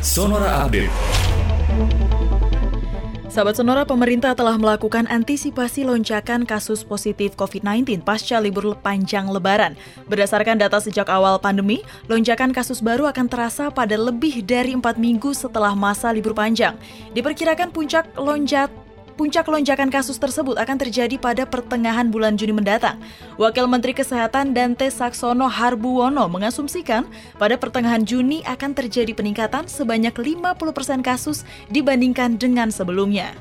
Sonora Update. Sahabat Sonora, pemerintah telah melakukan antisipasi lonjakan kasus positif COVID-19 pasca libur panjang Lebaran. Berdasarkan data sejak awal pandemi, lonjakan kasus baru akan terasa pada lebih dari 4 minggu setelah masa libur panjang. Diperkirakan puncak lonjakan kasus tersebut akan terjadi pada pertengahan bulan Juni mendatang. Wakil Menteri Kesehatan Dante Saxono Harbuwono mengasumsikan pada pertengahan Juni akan terjadi peningkatan sebanyak 50% kasus dibandingkan dengan sebelumnya.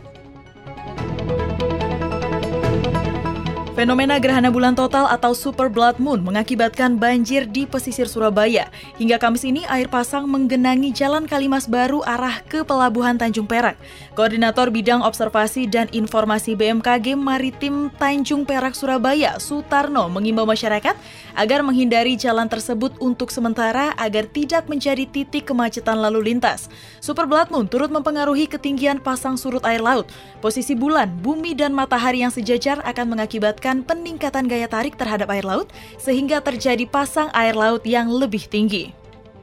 Fenomena gerhana bulan total atau super blood moon mengakibatkan banjir di pesisir Surabaya. Hingga Kamis ini air pasang menggenangi Jalan Kalimas Baru arah ke Pelabuhan Tanjung Perak. Koordinator Bidang Observasi dan Informasi BMKG Maritim Tanjung Perak Surabaya, Sutarno, mengimbau masyarakat agar menghindari jalan tersebut untuk sementara agar tidak menjadi titik kemacetan lalu lintas. Super blood moon turut mempengaruhi ketinggian pasang surut air laut. Posisi bulan, bumi, dan matahari yang sejajar akan mengakibatkan peningkatan gaya tarik terhadap air laut sehingga terjadi pasang air laut yang lebih tinggi.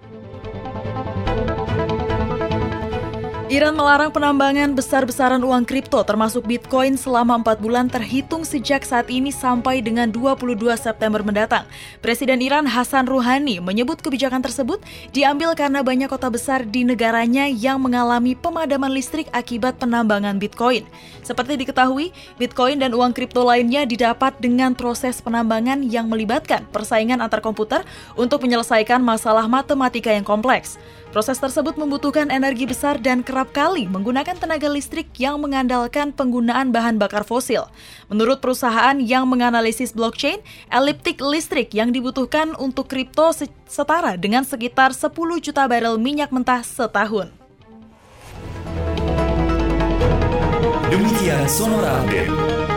Iran melarang penambangan besar-besaran uang kripto termasuk Bitcoin selama 4 bulan terhitung sejak saat ini sampai dengan 22 September mendatang. Presiden Iran Hasan Rouhani menyebut kebijakan tersebut diambil karena banyak kota besar di negaranya yang mengalami pemadaman listrik akibat penambangan Bitcoin. Seperti diketahui, Bitcoin dan uang kripto lainnya didapat dengan proses penambangan yang melibatkan persaingan antar komputer untuk menyelesaikan masalah matematika yang kompleks. Proses tersebut membutuhkan energi besar dan kerap kali menggunakan tenaga listrik yang mengandalkan penggunaan bahan bakar fosil. Menurut perusahaan yang menganalisis blockchain, elliptic listrik yang dibutuhkan untuk kripto setara dengan sekitar 10 juta barel minyak mentah setahun. Demikian Sonora Update.